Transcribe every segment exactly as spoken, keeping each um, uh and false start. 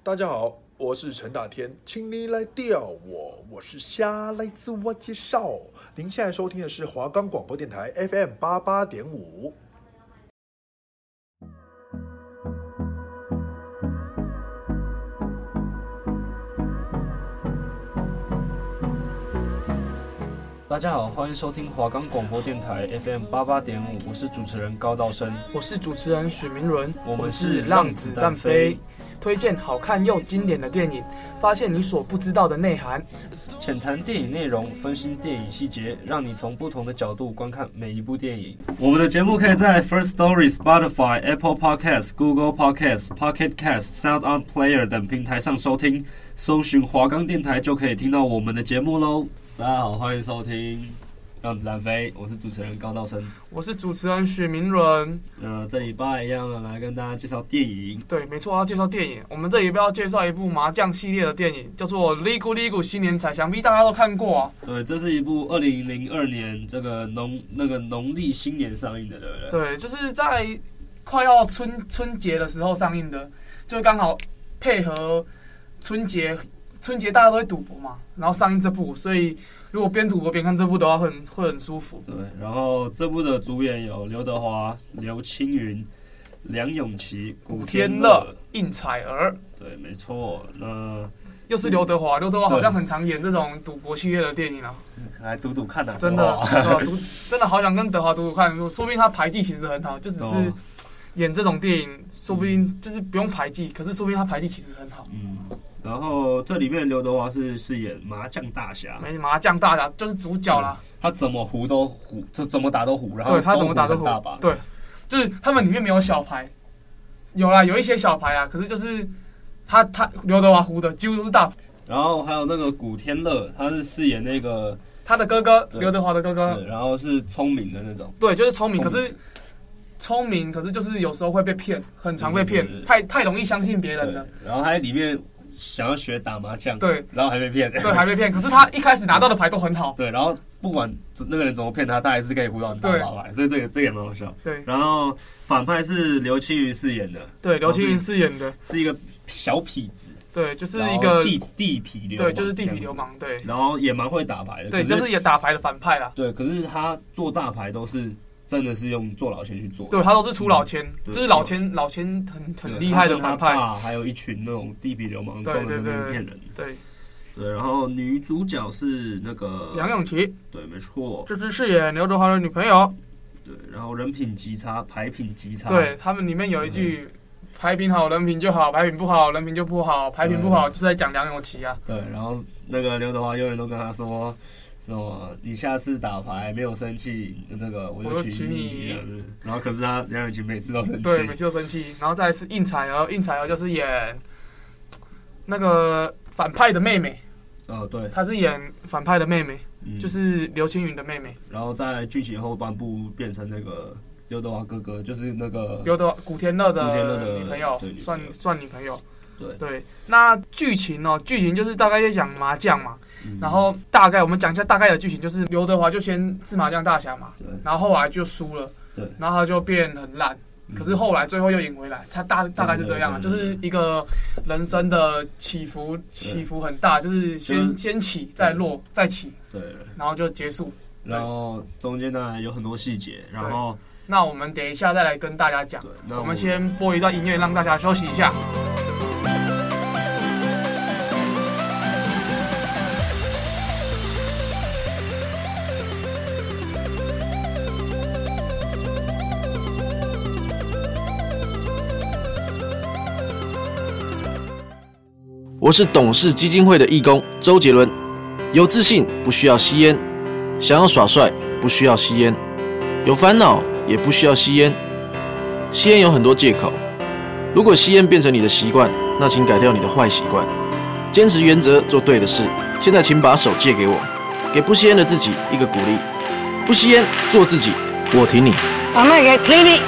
大家好，我是陈大天，请你来钓我，我是虾，来自我介绍。您现在收听的是华冈广播电台 F M 八八点五。 大家好，欢迎收听华冈广播电台 F M 八八点五，我是主持人高道生， 我是主持人许明伦， 我们是让子弹飞，推荐好看又经典的电影，发现你所不知道的内涵， 浅谈电影内容，分析电影细节，让你从不同的角度观看每一部电影。我们的节目可以在 First Story、Spotify、Apple Podcasts、Google Podcasts、Pocket Casts、Sound On Player 等平台上收听，搜寻华冈电台就可以听到我们的节目喽。大家好，欢迎收听《让子弹飞》，我是主持人高道生， 我是主持人许明伦。 呃，这礼拜一样的来跟大家介绍电影。 对，没错，要介绍电影。我们这礼拜要介绍一部麻将系列的电影，叫做《利咕利咕新年彩》，想必大家都看过啊。 对，这是一部二零零二年这个农那个农历新年上映的，对不对？ 对，就是在快要春春节的时候上映的，就刚好配合春节。春节大家都会赌博嘛，然后上映这部，所以如果边赌博边看这部的话，会很会很舒服。 对，然后这部的主演有刘德华、刘青云、梁咏琪、 古天乐、应采儿。 对，没错。那又是刘德华，刘德华好像很常演这种赌博系列的电影啊。 来赌赌看啊！ 真的，对赌真的好想跟德华赌赌看，说不定他牌技其实很好，就只是演这种电影，说不定就是不用牌技，可是说不定他牌技其实很好。 嗯。然后这里面刘德华是饰演麻将大侠， 没麻将大侠就是主角啦。 他怎么胡都胡，就怎么打都胡，然后对他怎么打都胡，对，就是他们里面没有小牌，有啦，有一些小牌啊，可是就是他他刘德华胡的几乎都是大牌。 然后还有那个古天乐，他是饰演那个他的哥哥，刘德华的哥哥， 然后是聪明的那种， 对，就是聪明，可是。聪明，可是就是有时候会被骗，很常被骗，嗯、太太容易相信别人了。 然后他在里面想要学打麻将， 对， 然后还被骗， 对，还被骗。可是他一开始拿到的牌都很好， 对，然后不管那个人怎么骗他，他还是可以胡到很大把牌，所以这个这个也蛮好笑。 对， 然后反派是刘青云饰演的， 对，刘青云饰演的是一个小痞子， 对，就是一个地地痞流氓， 对，就是地痞流氓，对， 然后也蛮会打牌的， 对，就是也打牌的反派啦。 对，可是他做大牌都是。真的是用做老千去做， 对他都是出老千，嗯、就是老千老千很很厉害的反派， 还有一群那种地痞流氓装的那边骗人， 对对。然后女主角是那个梁咏琪， 对，没错， 这是饰演刘德华的女朋友， 对。然后人品极差，牌品极差， 对他们里面有一句。嗯牌品好，人品就好；牌品不好，人品就不好。牌品不好，就是在讲梁咏琪啊。 对，然后那个刘德华永远都跟他说。什么？你下次打牌没有生气，那个我就娶你。然后可是他梁咏琪每次都生气， 对，每次都生气。然后再来是应采儿，应采儿就是演那个反派的妹妹。 哦，对， 她是演反派的妹妹，嗯、就是刘青云的妹妹。 然后在剧情后半部变成那个刘德华哥哥，就是那个刘德华古天乐的女朋友，算算女朋友。 对对，那剧情哦，剧情就是大概在讲麻将嘛。然后大概我们讲一下大概的剧情，就是刘德华就先是麻将大侠嘛，然后后来就输了， 对， 然后他就变很烂，可是后来最后又赢回来，他大大概是这样啊，就是一个人生的起伏起伏很大，就是先先起再落再起， 对， 然后就结束， 然后中间当然有很多细节，然后那我们等一下再来跟大家讲，我们先播一段音乐让大家休息一下。 我是董事基金会的义工周杰伦。有自信不需要吸烟，想要耍帅不需要吸烟，有烦恼也不需要吸烟。吸烟有很多借口，如果吸烟变成你的习惯，那请改掉你的坏习惯，坚持原则，做对的事。现在请把手借给我，给不吸烟的自己一个鼓励。不吸烟，做自己，我挺你。 我们也挺你。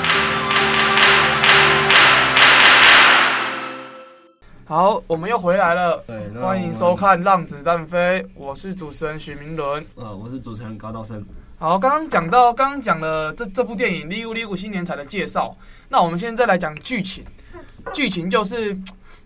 好，我们又回来了，欢迎收看《让子弹飞》，我是主持人许明伦， 呃，我是主持人高道生。 好，刚刚讲到，刚刚讲了这这部电影《利乌利古新年彩》的介绍，那我们现在再来讲剧情。剧情就是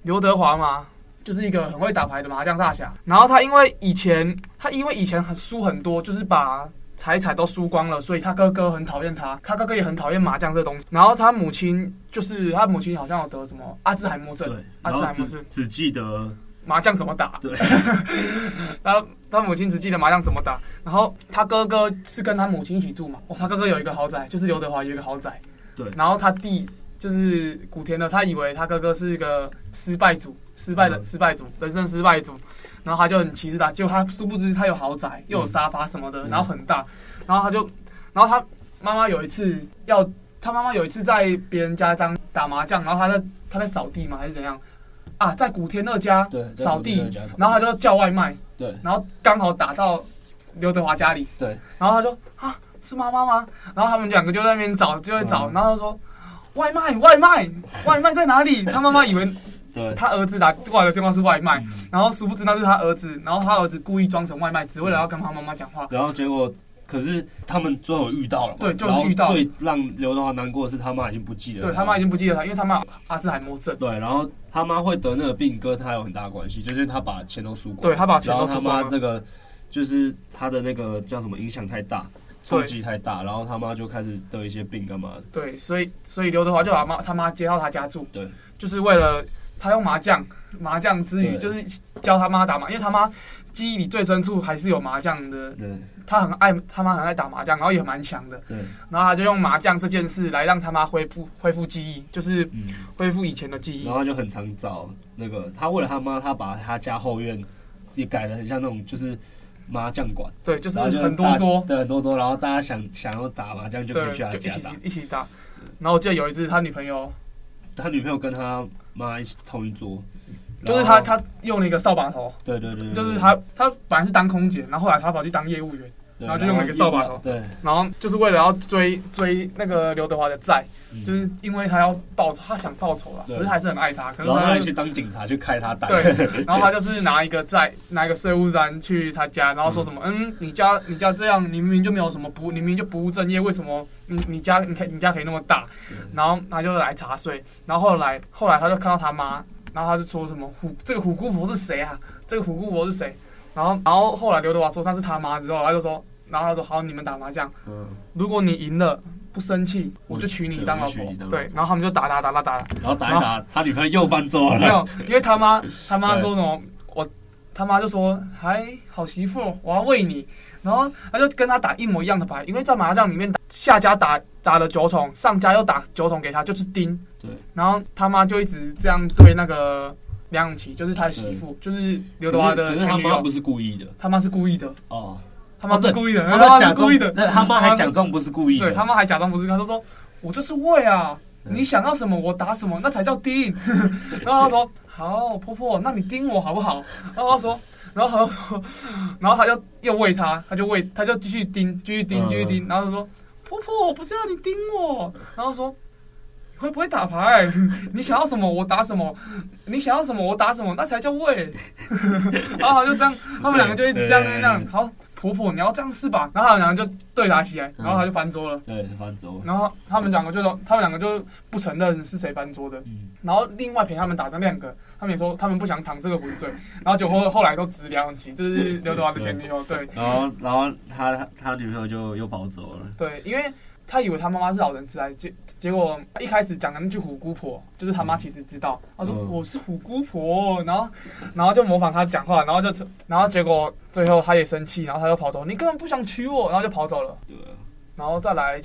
刘德华嘛，就是一个很会打牌的麻将大侠。然后他因为以前他因为以前很输很多，就是把财产都输光了，所以他哥哥很讨厌他，他哥哥也很讨厌麻将这东西。然后他母亲就是他母亲好像有得什么阿兹海默症， 对， 阿兹海默症只记得麻将怎么打， 对， 然后他母亲只记得麻将怎么打。然后他哥哥是跟他母亲一起住嘛，哦，他哥哥有一个豪宅，就是刘德华有一个豪宅， 对。 然后他弟就是古田的，他以为他哥哥是一个失败组，失败的、嗯、失败组，人生失败组。然后他就很歧视他，结果他殊不知他有豪宅，又有沙发什么的，嗯、然后很大。然后他就，然后他妈妈有一次要，他妈妈有一次在别人家当打麻将，然后他在他在扫地嘛还是怎样啊，在古田乐家扫地，然后他就叫外卖， 对， 然后刚好打到刘德华家里， 对， 然后他说啊是妈妈吗？然后他们两个就在那边找，就会找，嗯、然后他说外卖外卖外卖在哪里？他妈妈以为。他儿子打过来的电话是外卖，嗯、然后殊不知那是他儿子，然后他儿子故意装成外卖，只为了要跟他妈妈讲话。 然后结果，可是他们最后遇到了嘛？ 对，就是遇到。 最让刘德华难过的是他妈已经不记得了。 对他妈已经不记得他，因为他妈阿兹海默症。 对，然后他妈会得那个病，跟他有很大的关系，就是他把钱都输光。 对他把钱都输光。 然后他妈那个就是他的那个叫什么影响太大。冲击太大，然后他妈就开始得一些病干嘛的。 对，所以所以刘德华就把妈他妈接到他家住。 对， 就是为了。他用麻将，麻将之余就是教他妈打麻，因为他妈记忆里最深处还是有麻将的。对，他很爱他妈很爱打麻将，然后也蛮强的。对，然后他就用麻将这件事来让他妈恢复恢复记忆，就是恢复以前的记忆。 然后他就很常找那个，他为了他妈，他把他家后院也改得很像那种就是麻将馆。 对，就是很多桌， 对，很多桌，然后大家想想要打麻将就可以去他家打， 一起打。然后我记得有一次他女朋友。 他女朋友跟他妈一起同一桌， 就是他他用了一个扫把头， 对对 对, 对， 就是他他本来是当空姐，然后后来他跑去当业务员，然后就用了一个扫把头， 对， 然后就是为了要追追那个刘德华的债，嗯、就是因为他要报仇，他想报仇了，可是他还是很爱他，可是然后他去当警察去开他单， 对，然后他就是拿一个债拿一个税务单去他家，然后说什么嗯, 嗯你家你家这样，你明明就没有什么不，你明明就不务正业，为什么？你你家你可你家可以那么大，然后他就来查税，然后后来后来他就看到他妈，然后他就说什么虎这个虎姑婆是谁啊？这个虎姑婆是谁？然后然后后来刘德华说他是他妈之后，他就说，然后他说好，你们打麻将，嗯、如果你赢了不生气，我就娶你当老婆。对，然后他们就打打打打打， 然后打一打，他女朋友又翻桌了。 没有，因为他妈他妈说什么我他妈就说嗨好媳妇，我要喂你。然后他就跟他打一模一样的牌，因为在麻将里面打下家打打了九筒，上家又打九筒给他，就是丁。对。然后他妈就一直这样对那个梁咏琪，就是他的媳妇，就是刘德华的前女友。 他妈不是故意的， 他妈是故意的。 哦。 他妈是故意的， 他妈是故意的。他妈还假装不是故意的。 对，他妈还假装不是，他就说：“我就是喂啊，你想要什么我打什么，那才叫丁。”然后他说：“好，婆婆，那你盯我好不好？”然后他说。然后他就说，然后他就又喂他，他就喂，他就继续盯，继续盯，继续盯。然后他说：“婆婆，我不是要你盯我。”然后说：“你会不会打牌？你想要什么我打什么，你想要什么我打什么，那才叫喂。”然后他就这样，他们两个就一直这样那样。好，婆婆你要这样是吧？然后他们两个就对打起来，然后他就翻桌了。 对，翻桌。 然后他们两个就说，他们两个就不承认是谁翻桌的。然后另外陪他们打的两个。他们也说他们不想淌这个浑水，然后就后后来都指梁咏琪，这是刘德华的前女友，对。 然后然后他他女朋友就又跑走了。 对，因为他以为他妈妈是老人痴呆，结结果一开始讲的那句虎姑婆，就是他妈其实知道，他说我是虎姑婆，然后然后就模仿他讲话，然后就然后结果最后他也生气，然后他又跑走，你根本不想娶我，然后就跑走了。对。然后再来就是。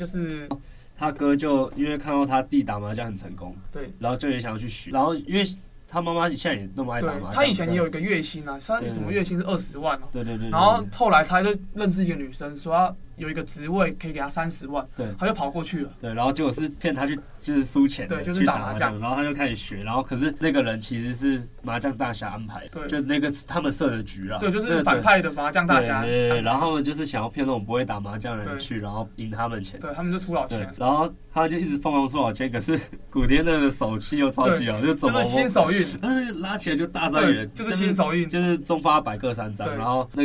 他哥就因为看到他弟打麻将很成功，对，然后就也想要去学，然后因为。他妈妈现在也那么爱打麻将， 他以前也有一个月薪啊，他什么月薪是二十万哦、啊。 对对 对, 对。 然后后来他就认识一个女生，说他有一个职位可以给他三十万，对，他就跑过去了。 对，然后结果是骗他去就是输钱， 对，就是打麻将， 然后他就开始学，然后可是那个人其实是麻将大侠安排的，对，就那个他们设的局啦， 对，就是反派的麻将大侠， 对, 对, 对，然后他们就是想要骗那种不会打麻将的人去，然后赢他们钱， 对他们就出老千， 然后他就一直疯狂出老千，可是古天乐的手气又超级好，就怎么就是新手运， 拉起来就大三元， 就是新手运， 就是中发百各三张，然后那个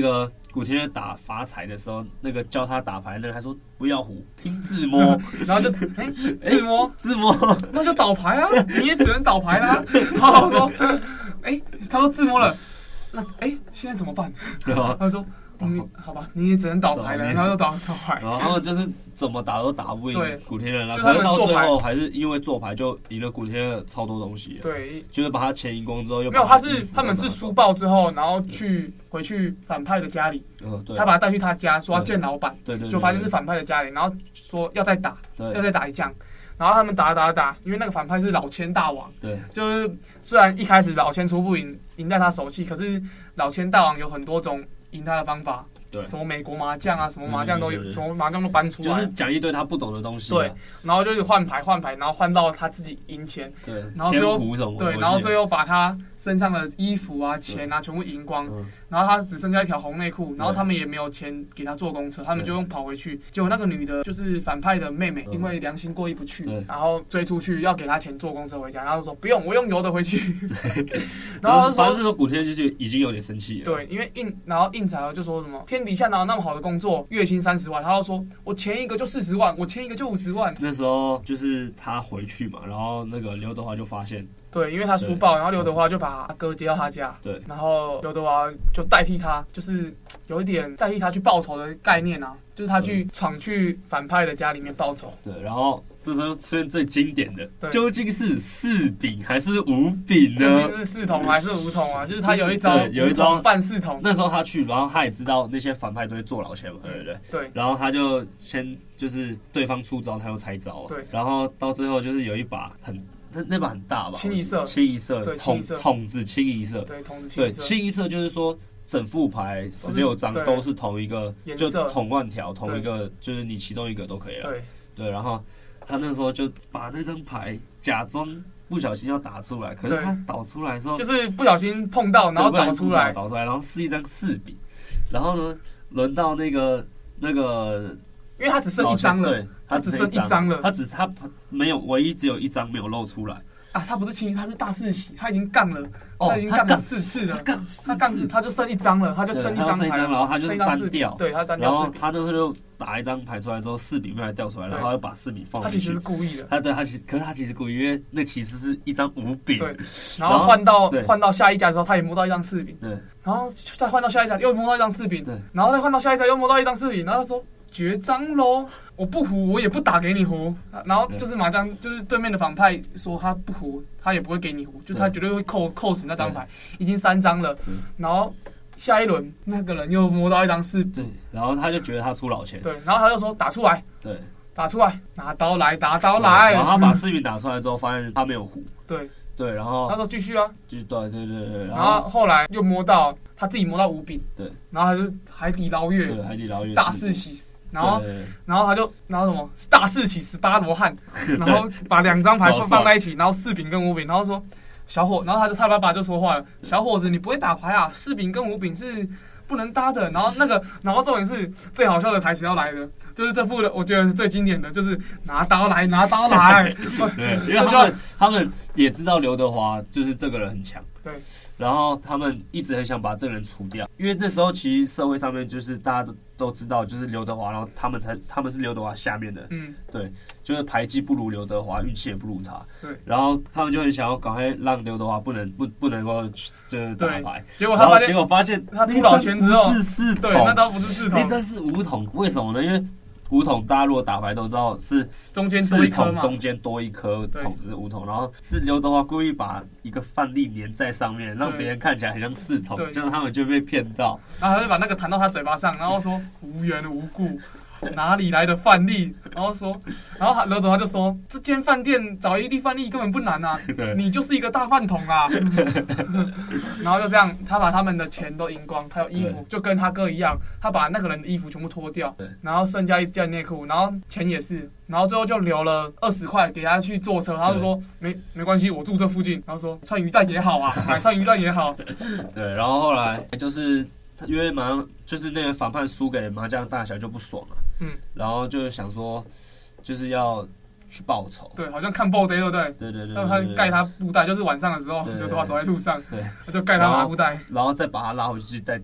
古天乐打发财的时候，那个教他打牌那个还说不要胡，拼自摸， 然后就哎、欸、自摸、欸、 自摸， 那就倒牌啊，你也只能倒牌啦。然后我说，哎、欸，他说自摸了，那哎、欸、现在怎么办？他说。你好吧，你也只能倒牌了，然后就倒倒牌。 然后他们就是怎么打都打不赢古天乐， 就可是到最后还是因为做牌就赢了古天乐超多东西。 对， 就是把他钱赢光之后又没有，他是他们是输爆之后，然后去回去反派的家里， 嗯，对， 他把他带去他家，说要见老板， 对对， 就发现是反派的家里，然后说要再打， 对， 要再打一仗。然后他们打打打，因为那个反派是老千大王， 对， 就是虽然一开始老千出不赢，赢在他手气，可是老千大王有很多种赢他的方法。 对， 什么美国麻将啊，什么麻将都有，什么麻将都搬出来， 就是讲一堆他不懂的东西、啊。 对，然后就是换牌换牌，然后换到他自己赢钱。 对， 然后最后对，然后最后后把他身上的衣服啊、钱啊全部赢光，嗯、然后他只剩下一条红内裤，然后他们也没有钱给他坐公车，他们就用跑回去。结果那个女的，就是反派的妹妹，因为良心过意不去，然后追出去要给他钱坐公车回家，然后说不用，我用油的回去。 然后反正那时候古天乐就已经有点生气了。 对，因为应然后应采儿就说什么天底下哪有那么好的工作，月薪三十万，他就说我前一个就四十万，我前一个就五十万。 那时候就是他回去嘛，然后那个刘德华就发现， 对，因为他输爆，然后刘德华就把他哥接到他家， 对， 然后刘德华就代替他，就是有一点代替他去报仇的概念啊，就是他去闯去反派的家里面报仇。 对，然后这时候出现最经典的，究竟是四饼还是五饼呢？ 究竟是四筒还是五筒啊？就是他有一招， 有一招半四筒。 那时候他去，然后他也知道那些反派都会坐牢钱嘛，对不对？ 对。 然后他就先就是对方出招，他又拆招， 对。 然后到最后就是有一把很。那那把很大吧？ 清一色， 清一色， 对， 筒筒子清一色， 对，筒子清一色，对，清一色就是说整副牌十六张都是同一个，就同万条，同一个，就是你其中一个都可以了。 对， 对，然后他那时候就把那张牌假装不小心要打出来，可是他导出来的时候， 就是不小心碰到，然后导出来， 导出来，然后是一张四饼，然后呢，轮到那个那个。 因为他只剩一张了， 对， 他只剩一张了， 他只他没有唯一只有一张没有露出来啊！他不是清一，他是大四喜，他已经杠了，他已经杠了四次了，他杠四，他就剩一张了，他就剩一张牌， 然后他就是单掉， 对他单掉四饼， 然后他那时候就打一张牌出来之后，四饼没有掉出来，然后又把四饼放进去。 他其实是故意的， 他对他其实，可是他其实故意，因为那其实是一张五饼， 对，然后换到换到下一家的时候，他也摸到一张四饼， 对， 然后再换到下一家又摸到一张四饼，对，然后再换到下一家又摸到一张四饼，然后他说。绝招喽！我不胡，我也不打给你胡。然后就是麻将，就是对面的反派说他不胡，他也不会给你胡，就他绝对会扣扣死那张牌。已经三张了，然后下一轮那个人又摸到一张四， 对，然后他就觉得他出老千， 对，然后他就说打出来， 对， 打出来，拿刀来，拿刀来。 然后他把四饼打出来之后，发现他没有胡， 对对，然后他说继续啊， 继续对对对对， 然后后来又摸到他自己摸到五饼， 对， 然后他就海底捞月， 对，海底捞月大四喜。然后，然后他就，然后什么大四喜十八罗汉，然后把两张牌放在一起，然后四饼跟五饼，然后说小伙，然后他就他爸爸就说话了，小伙子你不会打牌啊，四饼跟五饼是不能搭的。然后那个，然后重点是最好笑的台词要来的，就是这部的我觉得最经典的就是拿刀来，拿刀来。 对，因为他们他们也知道刘德华就是这个人很强， 对。 然后他们一直很想把这个人除掉，因为那时候其实社会上面就是大家都都知道，就是刘德华，然后他们才他们是刘德华下面的，嗯，对，就是牌技不如刘德华，运气也不如他， 对， 然后他们就很想要赶快让刘德华不能不不能够就是打牌， 结果他发现结果发现他出老千之后是四筒， 对，那倒不是四筒， 那张是五筒，为什么呢？因为五筒，大家如果打牌都知道是中间多一颗嘛，中间多一颗筒子是五筒，然后是刘德华故意把一个范例粘在上面，让别人看起来很像四筒，这样他们就被骗到。 然后他就把那个弹到他嘴巴上，然后说无缘无故。哪里来的范例？然后说，然后刘德华就说：“这间饭店找一粒范例根本不难啊，你就是一个大饭桶啊。”然后就这样，他把他们的钱都赢光，还有衣服，就跟他哥一样，他把那个人的衣服全部脱掉，然后剩下一件内裤，然后钱也是，然后最后就留了二十块给他去坐车。他就说：“没没关系，我住这附近。”然后说：“穿鱼蛋也好啊，买穿鱼蛋也好。” 对，然后后来就是。因为麻就是那个反叛输给麻将大侠就不爽了，嗯，然后就想说，就是要去报仇。 对，好像看报 day 对不对？ 对对对。 然后他盖他布袋，就是晚上的时候，刘德华走在路上，对，他就盖他麻布袋， 然后再把他拉回去再打。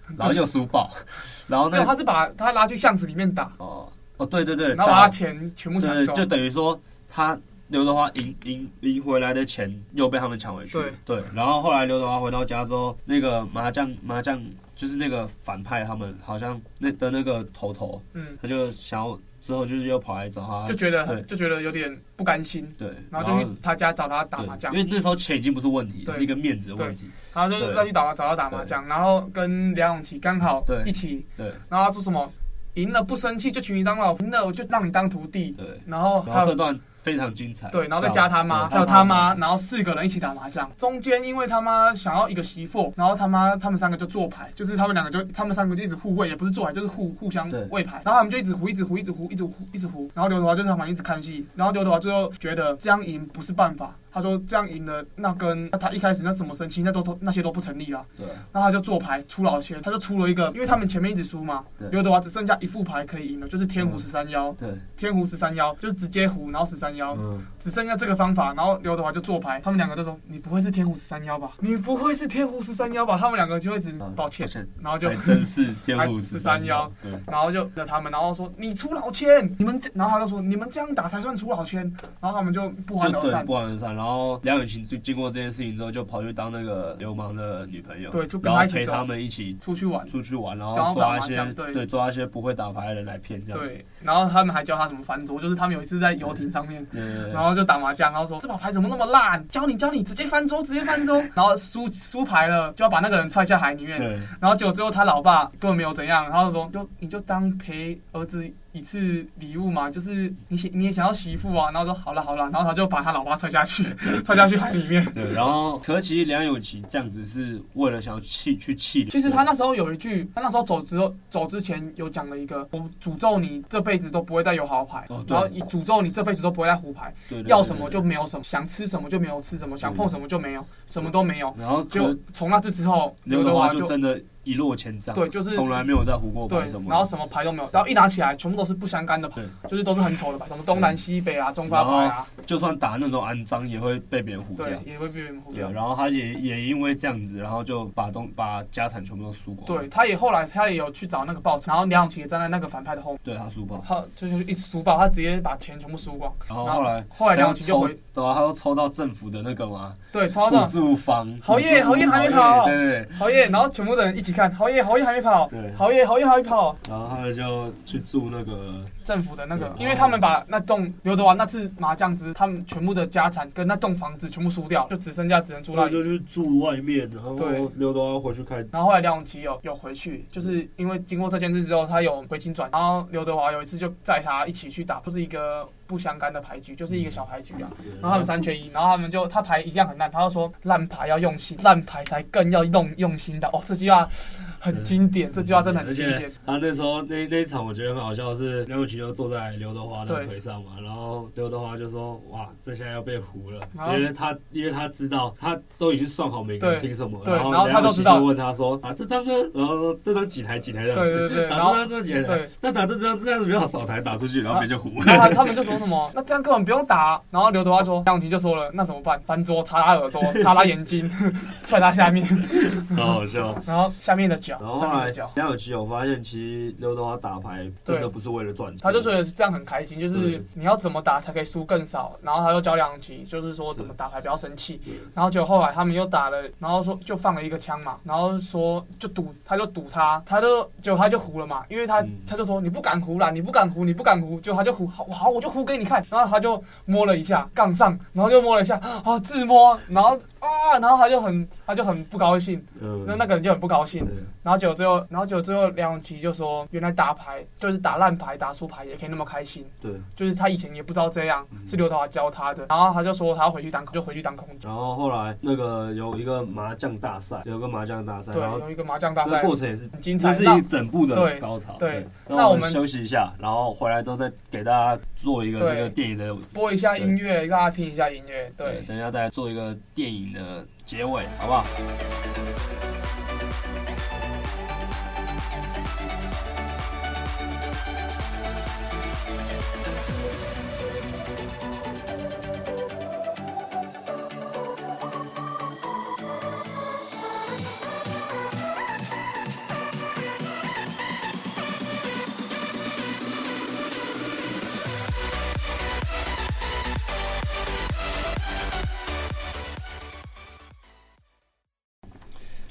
然后又输爆，然后那没有，他是把他拉去巷子里面打， 哦哦对对对， 然后把他钱全部抢走， 就等于说他刘德华赢赢赢回来的钱又被他们抢回去。对，然后后来刘德华回到家之后，那个麻将麻将就是那个反派他们好像那的那个头头，嗯，他就想要之后就是又跑来找他， 就觉得就觉得有点不甘心， 对， 然后就去他家找他打麻将， 因为那时候钱已经不是问题，是一个面子的问题， 然后就再去找他找他打麻将，然后跟梁咏琪刚好一起， 对， 然后他说什么赢了不生气就娶你当老婆，赢了我就让你当徒弟， 对， 然后然后这段非常精彩， 对，然后再加他妈，还有他妈，然后四个人一起打麻将。中间因为他妈想要一个媳妇，然后他妈他们三个就做牌，就是他们两个就他们三个就一直互喂，也不是做牌，就是互互相喂牌。然后他们就一直胡，一直胡，一直胡，一直胡，一直胡。然后刘德华就在旁边一直看戏，然后刘德华最后觉得这样赢不是办法。他说这样赢了，那跟他一开始那什么生气，那都都那些都不成立了。对。然后他就做牌出老千，他就出了一个，因为他们前面一直输嘛，刘德华只剩下一副牌可以赢了，就是天胡十三幺。对。天胡十三幺就是直接胡，然后十三幺。嗯。只剩下这个方法，然后刘德华就做牌，他们两个就说：“你不会是天胡十三幺吧？你不会是天胡十三幺吧？”他们两个就一直抱歉，然后就还真是天胡十三幺， 然后就他们，然后说：“你出老千，你们。”然后他就说：“你们这样打才算出老千。”然后他们就不欢而散， 不欢而散。然后梁咏琪就经过这件事情之后，就跑去当那个流氓的女朋友， 对，就跟他一起陪他们一起出去玩， 出去玩，然后抓一些对抓一些不会打牌的人来骗这样子。 对，然后他们还教他怎么翻桌，就是他们有一次在游艇上面，然后就打麻将，然后说。这把牌怎么那么烂？教你教你，直接翻桌，直接翻桌。然后输输牌了，就要把那个人踹下海里面。然后结果最后他老爸根本没有怎样，然后就说就你就当陪儿子一次礼物嘛，就是你你也想要媳妇啊。然后说好了好了，然后他就把他老爸踹下去，踹下去海里面。 对，然后可其实梁咏琪这样子是为了想要气去气。 其实他那时候有一句，他那时候走之后走之前有讲了一个，我诅咒你这辈子都不会再有好牌，哦、然后诅咒你这辈子都不会再胡牌，对对对对，要什么就没有什么，想吃什么就没有吃什么，想碰什么就没有，什么都没有。然后就从那次之后， 刘德华就真的一落千丈， 对，就是从来没有再胡过牌什么， 然后什么牌都没有，然后一拿起来全部都是不相干的牌，就是都是很丑的牌，什么东南西北啊、中发牌啊， 就算打那种安章也会被别人胡掉， 对，也会被别人胡掉。 然后他也也因为这样子，然后就把东把家产全部都输光。 对，他也后来他也有去找那个报纸，然后梁咏琪也站在那个反派的后面， 对他输爆， 他就是一直输爆，他直接把钱全部输光。 然后后来后来梁咏琪就回， 对啊，他都抽到政府的那个嘛， 对，抽到补助房， 好耶，好耶还没跑， 对， 好耶，然后全部的人一起看，好耶，好耶还没跑，对，好耶，好耶还没跑， 然后他们就去住那个政府的那个，因为他们把那栋刘德华那次麻将之他们全部的家产跟那栋房子全部输掉，就只剩下只能住那里， 就去住外面，然后刘德华回去开， 然后后来梁咏琪有有回去，就是因为经过这件事之后，他有回心转，然后刘德华有一次就载他一起去打，就是一个不相干的牌局，就是一个小牌局啊，然后他们三缺一，然后他们就他牌一样很烂，他就说烂牌要用心，烂牌才更要用用心的哦，这句话很经典，这句话真的很经典。 他那时候那那一场我觉得很好笑的是梁咏琪就坐在刘德华的腿上嘛，然后刘德华就说哇这下要被胡了，因为他因为他知道他都已经算好每个人凭什么，然后梁咏琪就问他说啊这张呢，然后这张几台几台的， 对对对， 打这张这张几台，那打这张这样子比较少台打出去，然后别人就胡。 然后他们就说什么那这样根本不用打，然后刘德华说梁咏琪就说了那怎么办？翻桌插他耳朵，插他眼睛，踹他下面， 超好笑。 然后下面的脚， 然后后来梁咏琪有发现，其实刘德华打牌真的不是为了赚钱， 他就觉得这样很开心，就是你要怎么打才可以输更少。然后他就教梁咏琪，就是说怎么打牌不要生气。然后结果后来他们又打了，然后说就放了一个枪嘛，然后说就赌，他就赌他，他就结果他就胡了嘛，因为他他就说你不敢胡啦，你不敢胡，你不敢胡，结果他就胡，好，好我就胡给你看。然后他就摸了一下杠上，然后就摸了一下啊自摸，然后啊，然后他就很他就很不高兴，那那个人就很不高兴。然后结果最后，然后结果最后梁咏琪就说，原来打牌就是打烂牌、打输牌也可以那么开心。对，就是他以前也不知道这样，是刘德华教他的。然后他就说他要回去当，就回去当空姐。 然后后来那个有一个麻将大赛，有个麻将大赛， 对，有一个麻将大赛， 过程也是很精彩， 这是一整部的高潮。 对，对那我们休息一下，然后回来之后再给大家做一个这个电影的播一下音乐，大家听一下音乐。对， 等一下再做一个电影的结尾，好不好？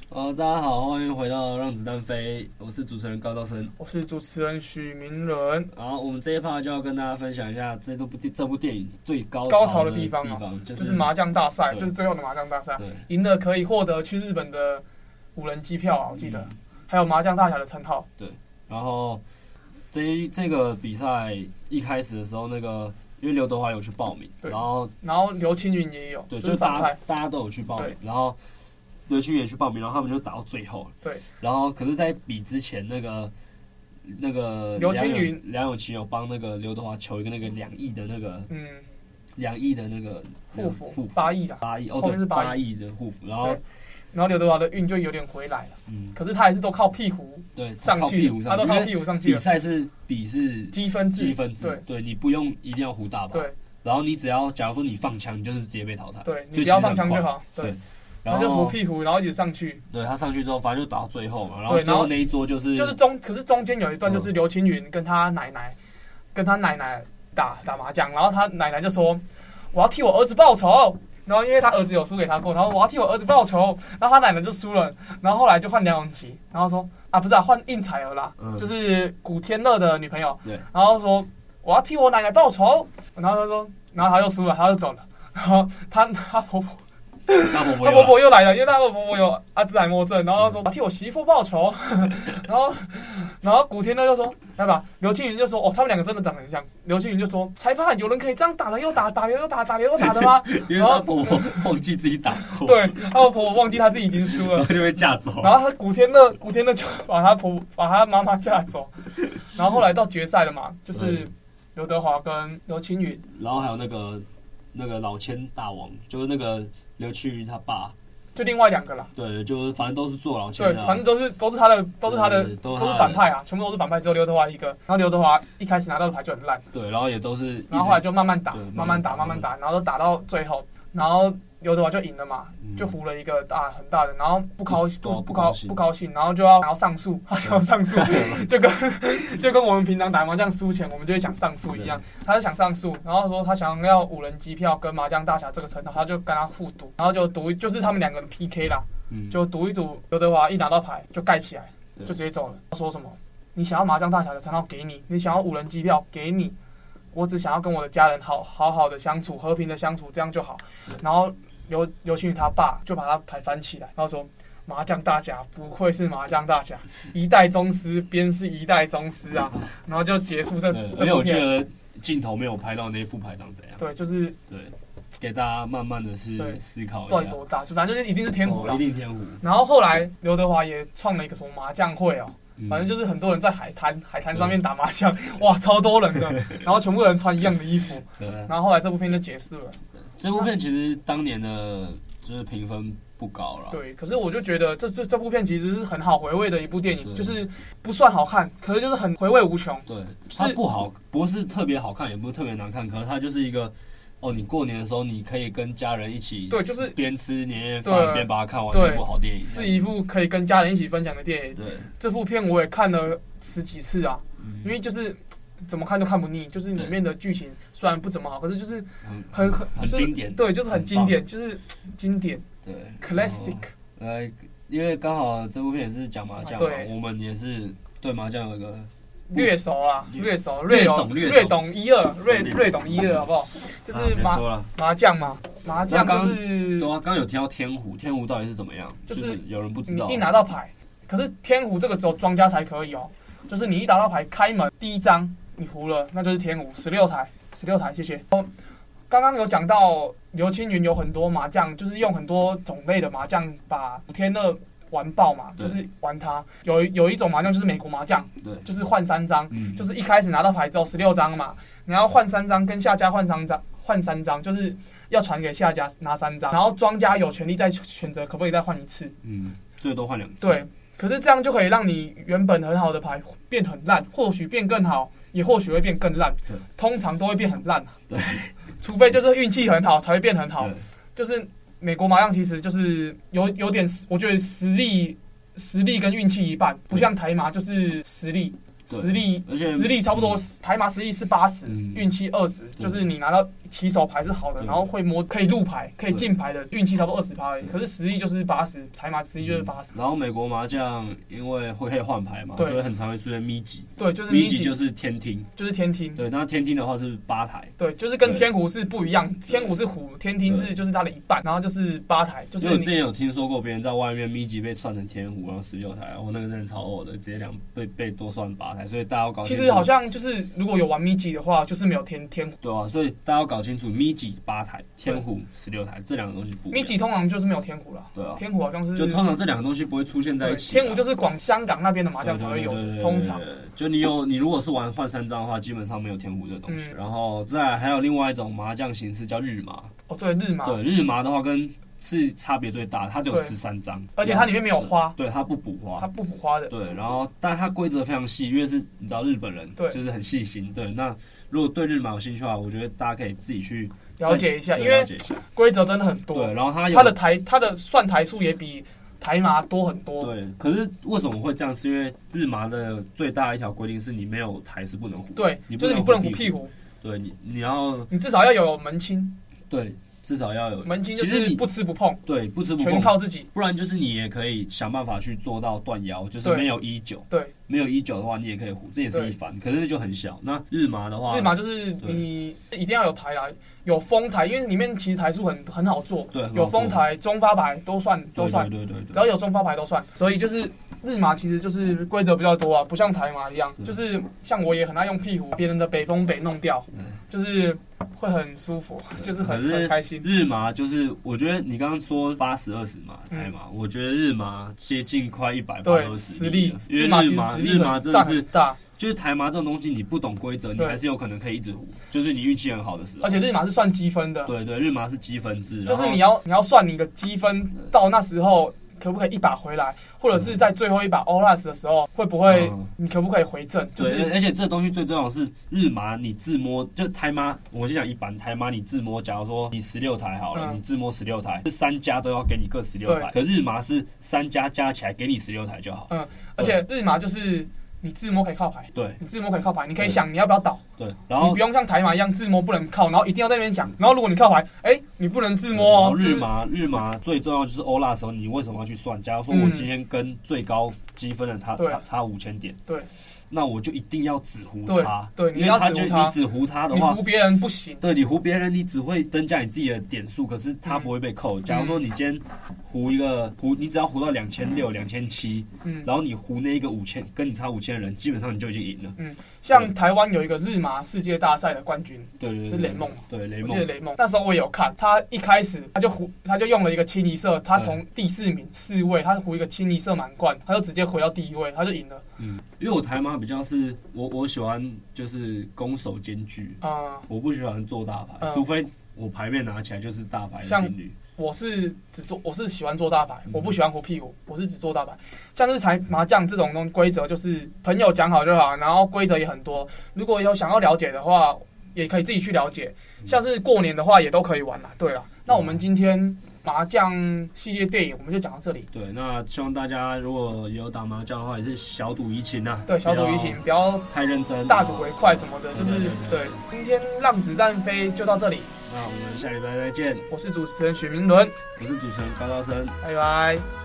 呃，大家好，欢迎回到《让子弹飞》，我是主持人高道生， 我是主持人许明伦。 然后我们这一趴就要跟大家分享一下这部这部电影最高高潮的地方啊，就是、 就是麻将大赛，就是最后的麻将大赛，赢了可以获得去日本的五人机票啊，我记得，嗯、还有麻将大侠的称号。 对，然后这这个比赛一开始的时候，那个因为刘德华有去报名，然后然后刘青云也有， 对， 就是大家大家都有去报名，然后。刘青云也去报名，然后他们就打到最后了。 对， 然后可是，在比之前，那个那个刘青云、 梁咏琪有帮那个刘德华求一个那个两亿的那个，嗯，两亿的那个护肤，八亿的， 八亿， 后面是八亿的护肤，然后然后刘德华的运就有点回来了，嗯，可是他还是都靠屁股对上去，他都靠屁股上去。 比赛是比是积分制， 积分制，对，对你不用一定要胡大把， 对， 然后你只要假如说你放枪，你就是直接被淘汰， 对，你不要放枪就好，对。 然后就扶屁股，然后一直上去。 对他上去之后，反正就打到最后嘛。然后最后那一桌就是就是中，可是中间有一段就是刘青云跟他奶奶，跟他奶奶打打麻将，然后他奶奶就说：“我要替我儿子报仇。”然后因为他儿子有输给他过，然后我要替我儿子报仇。然后他奶奶就输了，然后后来就换梁咏琪，然后说：“啊，不是啊，换应采儿啦，嗯、就是古天乐的女朋友。” 对。 然后说：“我要替我奶奶报仇。”然后他说，然后他又输了，他就走了。然后他他婆婆。 他婆婆, 他婆婆又来了，因为他婆婆有阿兹海默症，然后说替我媳妇报仇，然后然后古天乐就说，来吧，刘青云就说，哦，他们两个真的长得很像。刘青云就说，裁判，有人可以这样打了又打，打了又打，打了又打的吗？ 因为他婆婆忘记自己打过， 对，他婆婆忘记他自己已经输了， 就被架走。 然后他古天乐，古天乐就把他婆把他妈妈架走，然后后来到决赛了嘛，就是刘德华跟刘青云， 然后还有那个那个老千大王，就是那个。刘青云他爸， 就另外两个啦。 对，就是反正都是坐牢签的、啊。 对，反正都是都是他的，都是他的，都是反派啊，全部都是反派，只有刘德华一个。然后刘德华一开始拿到的牌就很烂。 对，然后也都是。 然后后来就慢慢打，慢慢打，慢慢打，然后都打到最后，然后刘德华就赢了嘛，嗯、就胡了一个大很大的，然后不高不不高不高兴，然后就要然后上诉，他想要上诉，就跟就跟我们平常打麻将输钱，我们就会想上诉一样，他就想上诉，然后说他想要五人机票跟麻将大侠这个称号，他就跟他互赌，然后就赌就是他们两个人 P K 啦，嗯、就赌一赌，刘德华一拿到牌就盖起来，就直接走了。他说什么？你想要麻将大侠的称号给你，你想要五人机票给你，我只想要跟我的家人好好好的相处，和平的相处，这样就好。然后。刘刘青云他爸就把他牌翻起来，然后说：“麻将大侠不愧是麻将大侠，一代宗师便是一代宗师啊！”然后就结束这这部片。 而且我记得镜头没有拍到那副牌长怎样。 对，就是对，给大家慢慢的去思考一下。 断多大？就反正就是一定是天胡了、 哦，一定天胡。 然后后来刘德华也创了一个什么麻将会哦。反正就是很多人在海滩，海滩上面打麻将，哇，超多人的，然后全部人穿一样的衣服，然后后来这部片就结束了。 这部片其实当年的就是评分不高了。 对，可是我就觉得这这这部片其实是很好回味的一部电影，就是不算好看，可是就是很回味无穷。 对，它不好，不是特别好看，也不是特别难看，可是它就是一个。哦，你过年的时候，你可以跟家人一起， 对，就是边吃年夜饭边把它看完的一部好电影， 是一部可以跟家人一起分享的电影。 对， 这部片我也看了十几次啊，嗯、因为就是怎么看都看不腻，就是里面的剧情虽然不怎么好，可是就是很很很经典， 对，就是很经典，就是经典， 对 ，classic。 呃，因为刚好这部片也是讲麻将嘛，我们也是对麻将有一个。 略熟啦，略熟，略有略懂一二，略略懂一二，好不好？就是麻麻将嘛，麻将就是对啊，刚有提到天胡，天胡到底是怎么样？就是有人不知道， 你一拿到牌，可是天胡这个只有庄家才可以哦，就是你一拿到牌开门第一张你胡了，那就是天胡，十六台，十六台，谢谢。刚刚有讲到刘青云有很多麻将，就是用很多种类的麻将把古天乐。玩爆嘛，就是玩它。有有一种麻将就是美国麻将， 对， 就是换三张，嗯、就是一开始拿到牌之后十六张嘛，你要换三张，跟下家换三张，换三张，就是要传给下家拿三张，然后庄家有权利再选择可不可以再换一次， 嗯，最多换两次。 对，可是这样就可以让你原本很好的牌变很烂，或许变更好，也或许会变更烂，通常都会变很烂、啊。 对， 除非就是运气很好才会变很好，就是。美国麻将其实就是有有点，我觉得实力实力跟运气一半，不像台麻就是实力实力而且实力差不多，台麻实力是八十，运气二十，就是你拿到起手牌是好的，然后会摸可以入牌可以进牌的，运气差不多二十趴而已。可是实力就是八十，台麻实力就是八十。 然后美国麻将因为会可以换牌嘛，所以很常会出现咪吉。 对，就是咪吉就是天听， 就是天听。 对，那天听的话是八台。 对，就是跟天胡是不一样，天胡是胡，天听是就是它的一半，然后就是八台。就是我之前有听说过别人在外面咪吉被算成天胡，然后十六台，我那个真的超恶的，直接两被被多算八台，所以大家要搞清楚。 其实好像就是如果有玩咪吉的话，就是没有天天胡。 对啊，所以大家要搞清楚咪吉八台，天胡十六台，这两个东西不一样。 咪吉通常就是没有天胡了。 对啊， 天胡好像是就通常这两个东西不会出现在一起。 天胡就是广香港那边的麻将才会有，通常。 就你有你如果是玩换三张的话，基本上没有天胡这东西。嗯、然后再来还有另外一种麻将形式叫日麻。 哦，对，日麻。 对，日麻的话跟是差别最大的，它只有十三张， 而且它里面没有花。 对，它不补花， 它不补花的。 对，然后但它规则非常细，因为是你知道日本人，对，就是很细心。对，那如果对日麻有兴趣的话，我觉得大家可以自己去了解一下，因为规则真的很多。 对，然后它它的台它的算台数也比台麻多很多。 对，可是为什么会这样？是因为日麻的最大一条规定是你没有台是不能胡。 对，就是你不能胡屁胡。 对你，你要你至少要有门清。 对。至少要有门清，就是不吃不碰， 对，不吃不碰， 全靠自己。 不然就是你也可以想办法去做到断腰，就是没有一九， 对， 没有一九的话，你也可以胡，这也是一番，可是就很小。那日麻的话， 日麻就是你一定要有台啊，有封台，因为里面其实台数很很好做， 对， 有封台、中发牌都算都算， 对对对， 只要有中发牌都算。所以就是日麻其实就是规则比较多啊，不像台麻一样，就是像我也很爱用屁股，别人的北风北弄掉，就是会很舒服，就是很很开心。 日麻就是我觉得你刚刚说八十二十嘛，台麻，我觉得日麻接近快一百八二十实力， 因为日麻日麻真的是大。 就是台麻这种东西，你不懂规则，你还是有可能可以一直胡。就是你运气很好的时候， 而且日麻是算积分的。 对对，日麻是积分制， 就是你要你要算你的积分到那时候可不可以一把回来，或者是在最后一把 all last 的时候会不会你可不可以回正？就是对，而且这东西最重要的是日麻，你自摸就台麻，我先讲一般台麻，你自摸，假如说你十六台好了，嗯、你自摸十六台，是三家都要给你各十六台，可日麻是三家加起来给你十六台就好。 嗯，而且日麻就是你自摸可以靠牌， 对， 你自摸可以靠牌，你可以想你要不要倒， 对，然后你不用像台麻一样自摸不能靠，然后一定要在那边想，然后如果你靠牌，哎、欸，你不能自摸哦。 日麻日麻最重要就是欧拉的时候，你为什么要去算？假如说我今天跟最高积分的他差差五千点， 对。 那我就一定要只胡他， 对，你要只胡他， 你只胡他的话， 你胡别人不行。 对，你胡别人，你只会增加你自己的点数，可是他不会被扣。假如说你今天胡一个胡，你只要胡到两千六、两千七，嗯，然后你胡那一个五千，跟你差五千的人，基本上你就已经赢了。 嗯，像台湾有一个日麻世界大赛的冠军， 对对， 是雷梦， 对雷梦， 我记得雷梦那时候我也有看，他一开始他就胡，他就用了一个清一色，他从第四名四位，他胡一个清一色满贯，他就直接回到第一位，他就赢了。 嗯，因为我台麻比较是我我喜欢就是攻守兼具啊、嗯，我不喜欢做大牌、嗯，除非我牌面拿起来就是大牌的频率。 我是只做，我是喜欢做大牌，嗯、我不喜欢胡屁股，我是只做大牌。像是台麻将这种东规则，就是朋友讲好就好，然后规则也很多。如果有想要了解的话，也可以自己去了解。像是过年的话，也都可以玩啦。对啦，那我们今天麻将系列电影我们就讲到这里。 对，那希望大家如果有打麻将的话，也是小赌怡情啊。 对，小赌怡情，不要太认真， 大赌为快什么的，就是 对, 对, 对, 对。今天让子弹飞就到这里， 那我们下礼拜再见。 我是主持人许明伦， 我是主持人高高生， 拜拜。